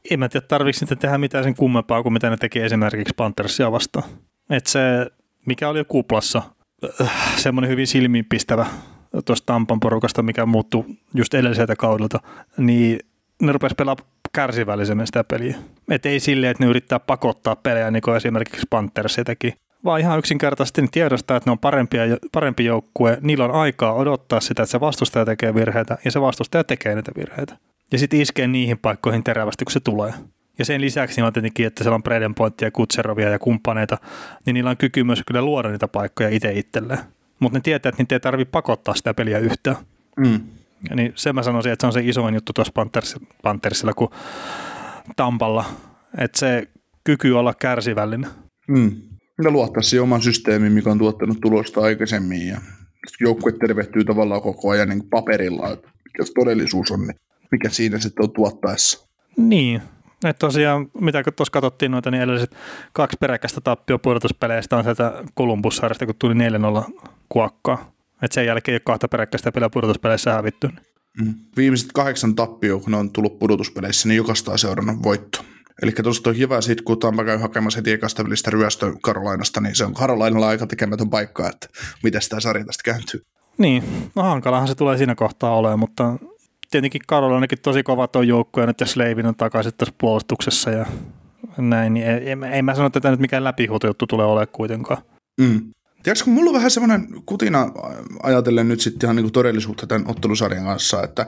en mä tiedä, tarvitsi niitä tehdä mitään sen kummempaa kuin mitä ne teki esimerkiksi Panthersia vastaan. Että se, mikä oli jo kuplassa, semmoinen hyvin silmiinpistävä tuosta Tampan porukasta, mikä muuttui just edelliseltä kaudelta, niin ne rupesi pelaamaan kärsivällisemmin sitä peliä. Et ei silleen, että ne yrittää pakottaa pelejä, niin kuin esimerkiksi Panthersia teki, vaan ihan yksinkertaisesti ne tiedostaa, että ne on parempia, parempi joukkue. Niillä on aikaa odottaa sitä, että se vastustaja tekee virheitä ja se vastustaja tekee niitä virheitä. Ja sitten iskee niihin paikkoihin terävästi, kun se tulee. Ja sen lisäksi niin on tietenkin, että siellä on Bredenpointia, Kutserovia ja kumppaneita, niin niillä on kyky myös kyllä luoda niitä paikkoja itse itselleen. Mutta ne tietää, että niitä ei tarvitse pakottaa sitä peliä yhtään. Mm. Ja niin sen mä sanoisin, että se on se isoin juttu tuossa Panthers, Panthersilla kuin Tampalla. Että se kyky olla kärsivällinen. Mm. Ne luottaa siihen oman systeemiin, mikä on tuottanut tulosta aikaisemmin. Ja joukkue tervehtyy tavallaan koko ajan niin paperilla, että mikä todellisuus on, niin mikä siinä sitten on tuottaessa. Niin. Että tosiaan, mitä tuossa katsottiin noita, niin edelliset kaksi peräkkäistä tappiopudotuspeleistä on sieltä Columbus-sarjasta, kun tuli neljä nolla kuokkaa. Että sen jälkeen ei ole kahta peräkkäistä peliä pudotuspeleissä hävitty. Mm. Viimeiset kahdeksan tappioa, kun ne on tullut pudotuspeleissä, niin jokaista on seurannut voitto. Eli tuosta on hyvä sit, kun Tampa käy hakemassa heti ekasta välistä ryöstöä Carolinasta, niin se on Carolinalla aika tekemätön paikka, että miten sitä sarja tästä kääntyy. Niin, no hankalahan se tulee siinä kohtaa olemaan, mutta tietenkin Carolinakin tosi kova tuo joukkue, ja nyt jos Leivin on takaisin tässä puolustuksessa ja näin, niin ei, ei, ei mä sano, että tämä nyt mikään läpihuutojuttu tulee olemaan kuitenkaan. Mm. Tiedätkö, kun mulla on vähän semmoinen kutina ajatellen nyt sitten ihan niin kuin todellisuutta tämän ottelusarjan kanssa, että,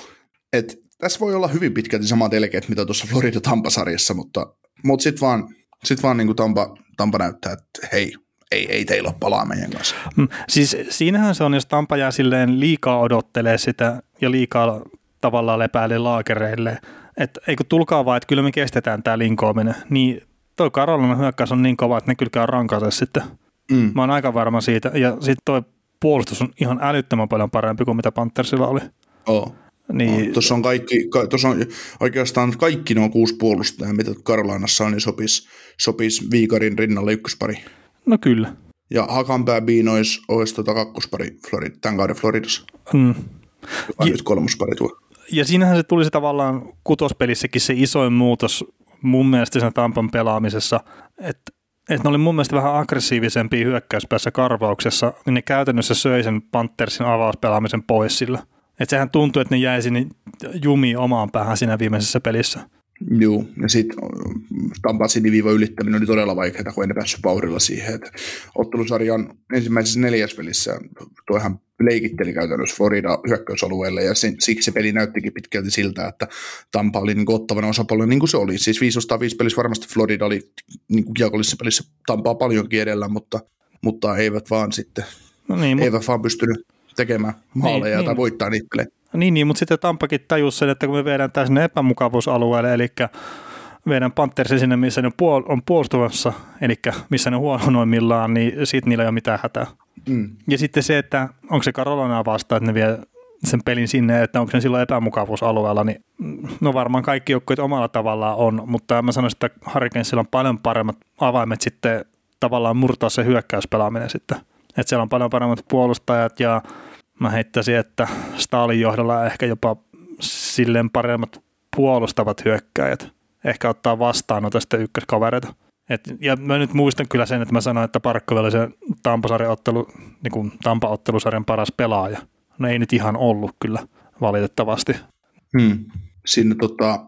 että tässä voi olla hyvin pitkälti samat elkeet, mitä tuossa Florida-Tampa-sarjassa, mutta, mutta sitten vaan, sit vaan niin kuin Tampa, Tampa näyttää, että hei, ei, ei teillä ole palaa meidän kanssa. Mm, siis siinähän se on, jos Tampa jää silleen liikaa odottelee sitä ja liikaa tavallaan lepäälle laakereille, että eikö tulkaa vaan, että kyllä me kestetään tämä linkoaminen, niin toi Carolinan hyökkäys on niin kova, että ne kyllä käy rankaise sitten. Mm. Mä oon aika varma siitä, ja sitten toi puolustus on ihan älyttömän paljon parempi kuin mitä Panthersilla oli. Oh. Niin, no, tuossa on, kaikki, ka, tuossa on oikeastaan kaikki nuo kuusi puolustajaa, mitä Carolinassa on, niin sopisi sopis Viikarin rinnalle ykköspari. No kyllä. Ja Hakanpää Bean olisi, olisi tota kakkospari Florida, tämän kauden Floridassa. Mm. Ja nyt kolmospari tuo. Ja siinähän se tuli se tavallaan kutospelissäkin se isoin muutos mun mielestä sen Tampan pelaamisessa, että että ne oli mun mielestä vähän aggressiivisempia hyökkäyspäässä karvauksessa, niin ne käytännössä söi sen Panthersin avauspelaamisen pois sillä. Että sehän tuntui, että ne jäi sinne jumiin omaan päähän siinä viimeisessä pelissä. Joo, ja sitten Tampan siniviiva ylittäminen oli todella vaikeaa, kun ei ne päässyt vauhdilla siihen. Et ottelusarjan ensimmäisessä neljäs pelissä toihan leikitteli käytännössä Florida hyökkäysalueelle, ja sen, siksi se peli näyttikin pitkälti siltä, että Tampa oli niin ottavana osapuolella niin kuin se oli. Siis viisi vastaan viisi pelissä varmasti Florida oli niin kuin kiekollisessa pelissä Tampaa paljonkin edellä, mutta, mutta eivät vaan sitten, no niin, eivät mutta vaan pystynyt tekemään maaleja niin, tai niin voittaa niitä pelejä. Niin, niin, mutta sitten Tampakin tajusi sen, että kun me vedään tämä sinne epämukavuusalueelle, eli vedään Panthersin sinne, missä ne on puolustumassa, eli missä ne huonoimmillaan, niin siitä niillä ei ole mitään hätää. Mm. Ja sitten se, että onko se Carolinaa vastaan, että ne vie sen pelin sinne, että onko ne silloin epämukavuusalueella, niin no varmaan kaikki joukkueet omalla tavallaan on, mutta mä sanoisin, että Hurricanesilla on paljon paremmat avaimet sitten tavallaan murtaa se hyökkäyspelaaminen sitten. Että siellä on paljon paremmat puolustajat ja mä heittäisin, että Stahlin johdolla ehkä jopa silleen paremmat puolustavat hyökkäjät. Ehkä ottaa vastaan noita sitten ykköskavereita. Et, ja mä nyt muistan kyllä sen, että mä sanoin, että Parkkovi oli se Tampa-sarjaottelu, niin kuin Tampa-ottelusarjan paras pelaaja. No ei nyt ihan ollut kyllä, valitettavasti. Hmm. Siinä tota,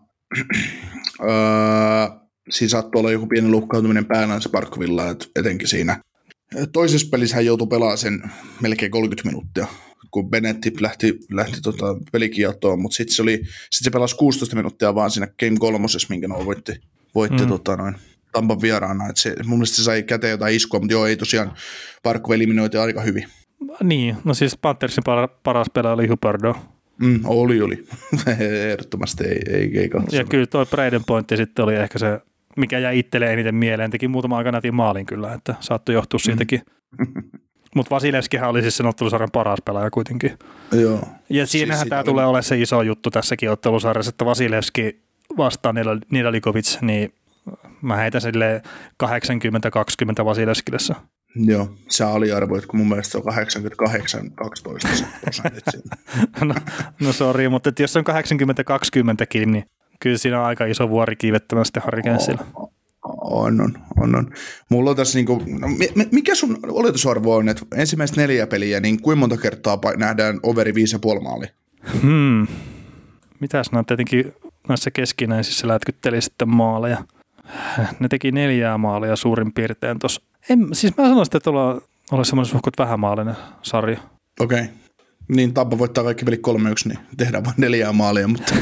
öö, siinä saattoi olla joku pieni loukkaantuminen päällään se Parkkovilla, et etenkin siinä. Toisessa pelissä hän joutui pelaamaan sen melkein kolmekymmentä minuuttia, kun Benetti lähti, lähti tota pelikieltoon, mutta sitten se, sit se pelasi kuusitoista minuuttia vaan siinä Game kolmosessa, minkä ne voitti, voitti mm. tota noin Tampan vieraana. Et se, mun mielestä se sai käteen jotain iskua, mutta joo, ei tosiaan Parkko eliminoitiin aika hyvin. Niin, no siis Panthersin paras pelaaja oli Huberdeau. Mm, oli, oli. Ehdottomasti ei, ei, ei katso. Ja kyllä toi Bredenpointti sitten oli ehkä se, mikä jäi itselleen eniten mieleen. Teki muutama aika nätin maalin kyllä, että saattoi johtua siitäkin. Mm. Mutta Vasilevskihän oli siis sen ottelusarjan paras pelaaja kuitenkin. Joo. Ja siinähän siis tämä tulee olemaan se iso juttu tässäkin ottelusarjassa, että Vasilevski vastaan Nedeljkovic, niin mä heitän silleen kahdeksankymmentä kaksikymmentä Vasilevskilessä. Joo, sä aliarvoit, kun mun mielestä se on kahdeksankymmentäkahdeksan kaksitoista prosentit. no, no sori, mutta jos se on kahdeksankymmentä kaksikymmentäkin, niin kyllä siinä on aika iso vuori kiivettämään sitten Harry Kanesilla. On, on, on, on. Mulla on tässä niinku, no, mikä sun oletusarvo on, että ensimmäiset neljä peliä, niin kuinka monta kertaa nähdään overi viisi ja puoli maalia? Hmm. Mitäs nämä tietenkin näissä keskinäisissä lätkytteli sitten maaleja. Ne teki neljää maalia suurin piirtein tuossa. Siis mä sanoisin, että tuolla olisi semmoinen suhkot vähämaalinen sarja. Okei. Okay. Niin Tampa voittaa kaikki pelit kolme yksi, niin tehdään vain neljää maalia, mutta...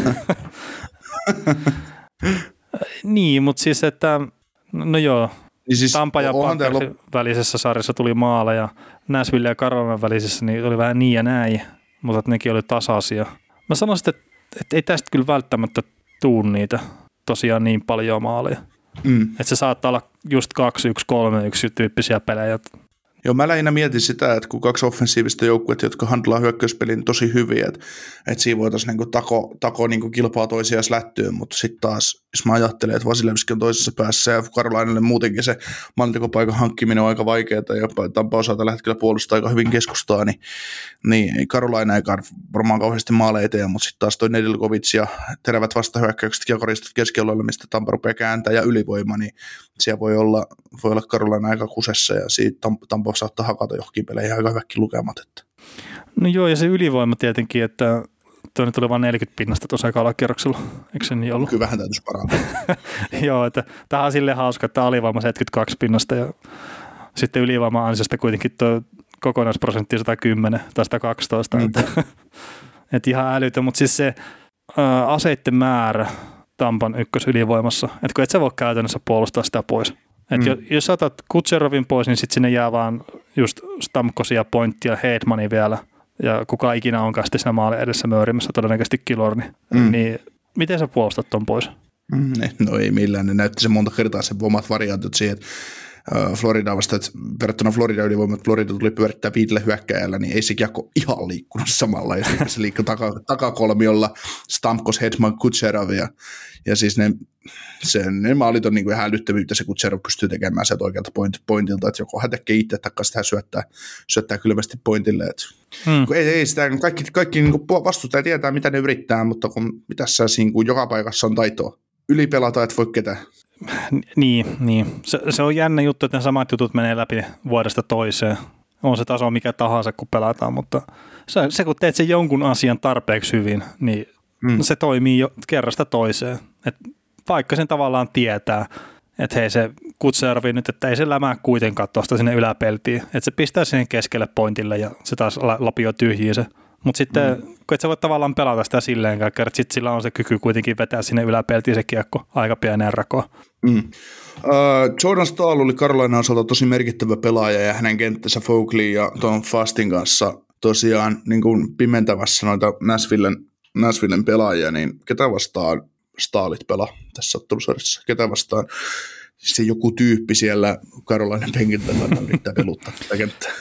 niin, mutta siis, että no joo, niin siis Tampa ja Panthersin lop... välisessä sarjassa tuli maaleja, Nashville ja Carolinan välisessä niin oli vähän niin ja näin, mutta nekin oli tasaisia. Mä sanoisin, että, että ei tästä kyllä välttämättä tuu niitä tosiaan niin paljon maaleja. Mm. Että se saattaa olla just kaksi yksi kolme yksi tyyppisiä pelejä. Joo, mä lähinnä mietin sitä, että kun kaksi offensiivista joukkuetta, jotka handlaa hyökkäyspelin tosi hyvin, että, että siinä voitaisiin niinku tako, tako niinku kilpaa toisiaan lättyyn, mutta sitten taas, jos mä ajattelen, että Vasilevski on toisessa päässä ja Carolinalle muutenkin se maalintekopaikan hankkiminen on aika vaikeaa ja Tampa osaa tällä hetkellä puolustaa aika hyvin keskustaa, niin, niin Carolina ei varmaan kauheasti maaleja tee, mutta sitten taas toi Nedeljkovic ja terävät vastahyökkäykset ja koristot keskialueella, mistä Tampa rupeaa kääntää ja ylivoima, niin siellä voi olla, voi olla Carolina aika kusessa ja siitä Tampa saattaa hakata johonkin peleihin aika hyväkin lukemat. Että. No joo, ja se ylivoima tietenkin, että toinen tuli vain neljäkymmentä pinnasta tuossa ekalla kierroksella, eikö se niin ollut? Kyllä vähän täytyisi parantaa. Joo, että tämä on silleen hauska, että alivoima seitsemänkymmentäkaksi pinnasta ja sitten ylivoima ansiosta kuitenkin tuo kokonaisprosentti sata kymmenen tai sata kaksitoista. Mm. Että, että ihan älytön, mutta siis se ää, aseitten määrä Tampan ykkösylivoimassa, että kun et sä voi käytännössä puolustaa sitä pois. Että mm. jos otat Kutserovin pois, niin sitten sinne jää vaan just Stamkosia, Pointtia, Hedmania vielä, ja kuka ikinä onkaan sitten siinä maalin edessä möyrimässä, todennäköisesti Killorni. Mm. Niin miten sä puolustat ton pois? Mm, no ei millään, ne näytti se monta kertaa sen omat variantit siihen, että Florida vasta, että verrattuna Florida ylivoimat, että Florida tuli pyörittää viidellä hyökkäjällä, niin ei se kiekko ihan liikkunut samalla, ja se liikkui taka, takakolmiolla Stamkos, Hedman, Kutserov, ja, ja siis ne, se, ne maalit on niin kuin ihan älyttömyyttä, se Kutserov pystyy tekemään sieltä oikealta point, pointilta, että joko hän tekee itse, taikka sitä syöttää, syöttää kylmästi pointille, että hmm. ei, ei sitä, kaikki, kaikki niin vastustajat tietää, mitä ne yrittää, mutta kun mitäs niin kuin joka paikassa on taitoa, ylipelata, et voi ketään. Niin, niin. Se, se on jännä juttu, että ne samat jutut menee läpi vuodesta toiseen. On se taso mikä tahansa, kun pelataan, mutta se, se kun teet sen jonkun asian tarpeeksi hyvin, niin mm. se toimii jo kerrasta toiseen. Et vaikka sen tavallaan tietää, että hei se Kutserovi nyt, että ei se lämää kuitenkaan tuosta sinne yläpeltiin. Että se pistää siihen keskelle pointille ja se taas lapioi tyhjiä se. Mutta sitten, mm. kun et sä voi tavallaan pelata sitä silleenkään, että sitten sillä on se kyky kuitenkin vetää sinne yläpeltiin se kiekko aika pieneen rakoon. Mm. Uh, Jordan Staal oli Carolina osalta tosi merkittävä pelaaja ja hänen kenttänsä Fogley ja Tom Fastin kanssa tosiaan niin kuin pimentämässä noita Nashvillen, Nashvillen pelaajia, niin ketä vastaan Staalit pelaa tässä ottelusarjassa? Ketä vastaan se joku tyyppi siellä Carolinan penkiltä yrittää peluttaa tätä kenttää?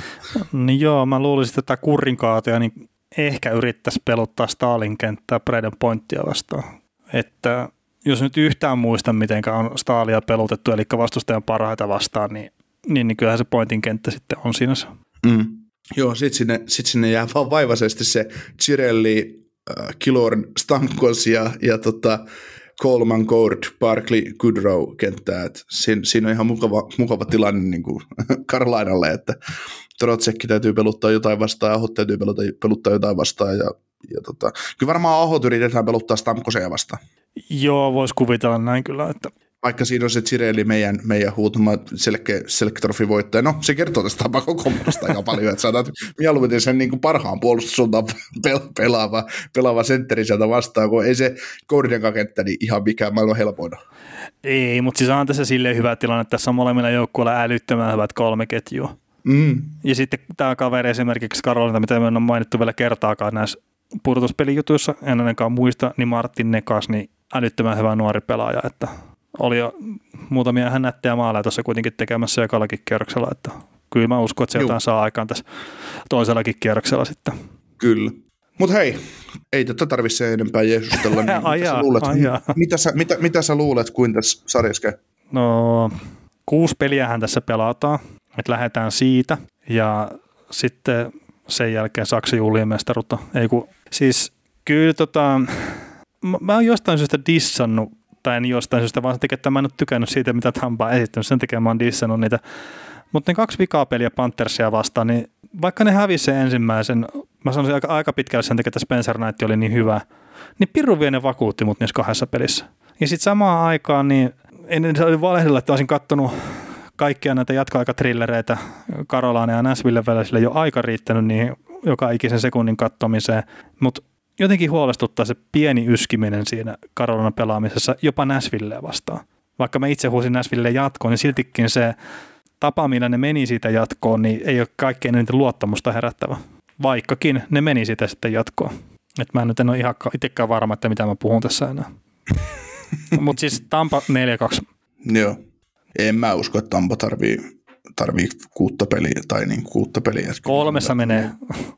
Niin joo, mä luulisin, että tämä kurrinkaatoja niin ehkä yrittäisi peluttaa Staalin kenttää Braden Pointtia vastaan. Että jos nyt yhtään muista, miten on Staalia pelutettu, eli vastustajan parhaita vastaan, niin, niin, niin kyllähän se Pointin kenttä sitten on siinä se. Mm. Joo, sitten sinne, sit sinne jää vaan vaivaisesti se Cirelli, äh, Killorn, Stamkos ja, ja tota Coleman, Cord, Barkley, Goodrow kenttää. Siinä, siinä on ihan mukava, mukava tilanne niin kuin Carolinalle, että Trotsekki täytyy peluttaa jotain vastaan ja Ahot täytyy peluttaa, peluttaa jotain vastaan. Ja, ja tota, kyllä varmaan Ahot yritetään peluttaa Stamkosia vastaan. Joo, voisi kuvitella näin kyllä. Että vaikka siinä on se Cirelli meidän, meidän huutama selkeä selkeä voittaja. No, se kertoo tästä kokoonpanosta aika paljon, että saadaan mieluummin sen niin kuin parhaan puolustussuuntaan pelaava, pelaava sentteri sieltä vastaan, kun ei se Gordon kenttä niin ihan mikään maailman helpoina. Ei, mutta siis on tässä silleen hyvä tilanne, että tässä on molemmilla joukkueilla älyttömän hyvät kolme ketjua. Mm. Ja sitten tämä kaveri esimerkiksi Carolina, mitä me on mainittu vielä kertaakaan näissä pudotuspelijutuissa, en ainakaan muista, niin Martin Nekas, niin älyttömän hyvä nuori pelaaja, että oli jo muutamia ihan nättejä maaleja tuossa kuitenkin tekemässä ekallakin kierroksella, että kyllä mä uskon, että se jotain saa aikaan tässä toisellakin kierroksella sitten. Kyllä. Mutta hei, ei tätä tarvitse enempää jeesustella. Niin mitä, sä luulet, mitä, sä, mitä, mitä sä luulet, kuin tässä sarjassa käy? No, kuusi peliähän tässä pelataan, että lähdetään siitä ja sitten sen jälkeen Saksan juhlien mestaruutta. Ei kun, siis kyllä tota, mä, mä oon jostain syystä dissannut, tai en jostain syystä, vaan sen takia, että mä en ole tykännyt siitä, mitä Tampa on esittänyt. Sen takia mä oon dissannut niitä. Mutta ne kaksi vikaa peliä Panthersia vastaan, niin vaikka ne hävisi sen ensimmäisen, mä sanoisin aika, aika pitkälle sen takia, että Spencer Knight oli niin hyvä, niin pirun vie ne vakuutti mut niissä kahdessa pelissä. Ja sitten samaan aikaan, niin ennen se oli valehdella, että olisin kattonut kaikkia näitä jatkoaikatrillereitä Carolina ja Nashville välisille jo aika riittänyt niihin joka ikisen sekunnin kattomiseen, mutta jotenkin huolestuttaa se pieni yskiminen siinä Carolina pelaamisessa jopa Nashvillea vastaan. Vaikka mä itse huusin Nashville jatkoon, niin siltikin se tapa, millä ne meni siitä jatkoon, niin ei ole kaikkein eniten luottamusta herättävä. Vaikkakin ne meni sitä sitten jatkoon. Et mä nyt en ole ihan itsekään varma, että mitä mä puhun tässä enää. Mutta siis Tampa neljä kaksi. Joo. En mä usko, että Tampa tarvii, tarvii kuutta peliä tai niin kuutta peliä. Kolmessa menee.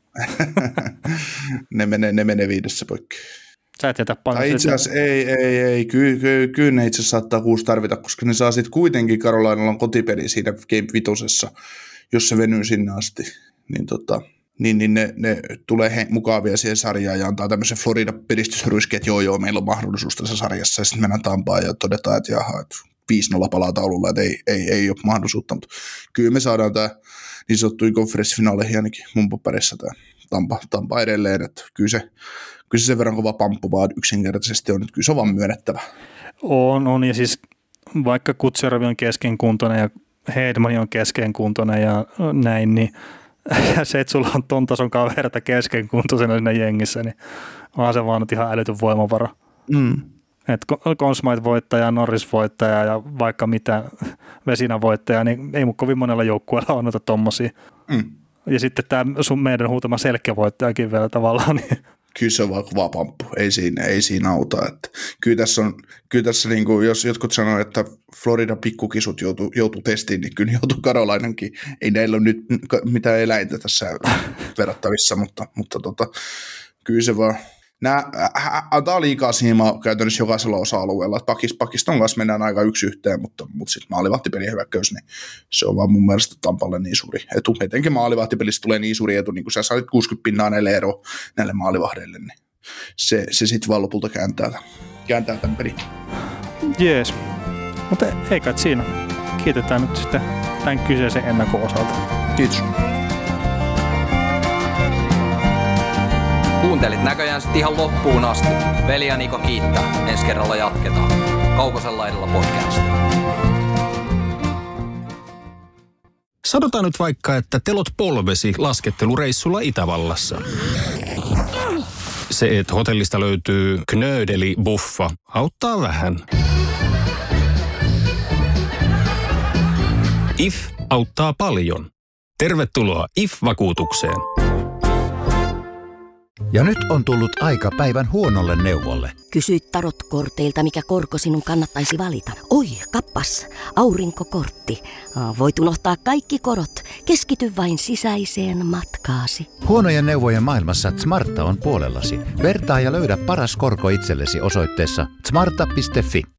ne, menee ne menee viidessä poikki. Sä et jätä paljon. Tai itse asiassa ei, ei, ei. Kyllä, kyllä, kyllä ne itse asiassa saattaa kuusi tarvita, koska ne saa sitten kuitenkin Carolinalla on kotipeli siinä Game vitosessa, jos se venyy sinne asti. Niin, tota, niin, niin ne, ne tulee he, mukavia siihen sarjaan ja antaa tämmöisen Florida-piristysryskin, että joo joo, meillä on mahdollisuus tässä sarjassa. Ja sitten mennään Tampaan ja todetaan, että jaha, että viisi nolla palaa taululla, että ei, ei, ei ole mahdollisuutta. Mutta kyllä me saadaan tämä niin sanottuin konferenssifinaaleihin ainakin mun paperissa tämä Tampa, Tampa edelleen, että kyllä se Kyllä se sen verran kova pamppu vaan yksinkertaisesti on, että kyllä se on vaan myönnettävä. On, on, ja siis vaikka Kutservi on keskenkuntoinen ja Hedman on keskenkuntoinen ja näin, niin se, että sulla on ton tason kaverita keskenkuntoisena siinä jengissä, niin onhan se vaan nyt ihan älytön voimavara. Mm. Että Consmite voittaja, Norris voittaja ja vaikka mitä Vesinä voittaja, niin ei mun kovin monella joukkueella on noita tommosia. Mm. Ja sitten tämä sun meidän huutama selkeävoittajakin vielä tavallaan, niin kyllä se on vaan kova pamppu, ei siinä, ei siinä auta. Että kyllä tässä, on, kyllä tässä niin kuin, jos jotkut sanoo, että Florida pikkukisut joutuu, joutuu testiin, niin kyllä joutuu Carolinankin. Ei näillä ole nyt mitään eläintä tässä verrattavissa, mutta, mutta tota, kyllä se vaan nämä antaa liikaa siimaa käytännössä jokaisella osa-alueella. Pakis, Pakiston kanssa mennään aika yksi yhteen, mutta, mutta sitten maalivahtipelien hyökkäys, niin se on vaan mun mielestä Tampalle niin suuri etu. Etenkin maalivahtipelissä tulee niin suuri etu, niin kun sä sait kuusikymmentä pinnaa näille ero näille maalivahdeille, niin se, se sitten vaan lopulta kääntää, kääntää tämän pelin. Jees, mutta ei kai siinä. Kiitetään nyt sitten tämän kyseisen ennakko-osalta. Kiitos. Kuuntelit näköjään sitten ihan loppuun asti. Veli ja Niko kiittää. Ensi kerralla jatketaan. Kaukosen laidalla podcast. Sanotaan nyt vaikka, että telot polvesi laskettelureissulla Itävallassa. Se, että hotellista löytyy knöydeli-buffa, auttaa vähän. I F auttaa paljon. Tervetuloa I F-vakuutukseen. Ja nyt on tullut aika päivän huonolle neuvolle. Kysy tarotkorteilta, mikä korko sinun kannattaisi valita. Oi, kappas, aurinkokortti. Voit unohtaa kaikki korot. Keskity vain sisäiseen matkaasi. Huonojen neuvojen maailmassa Smarta on puolellasi. Vertaa ja löydä paras korko itsellesi osoitteessa smarta piste fi.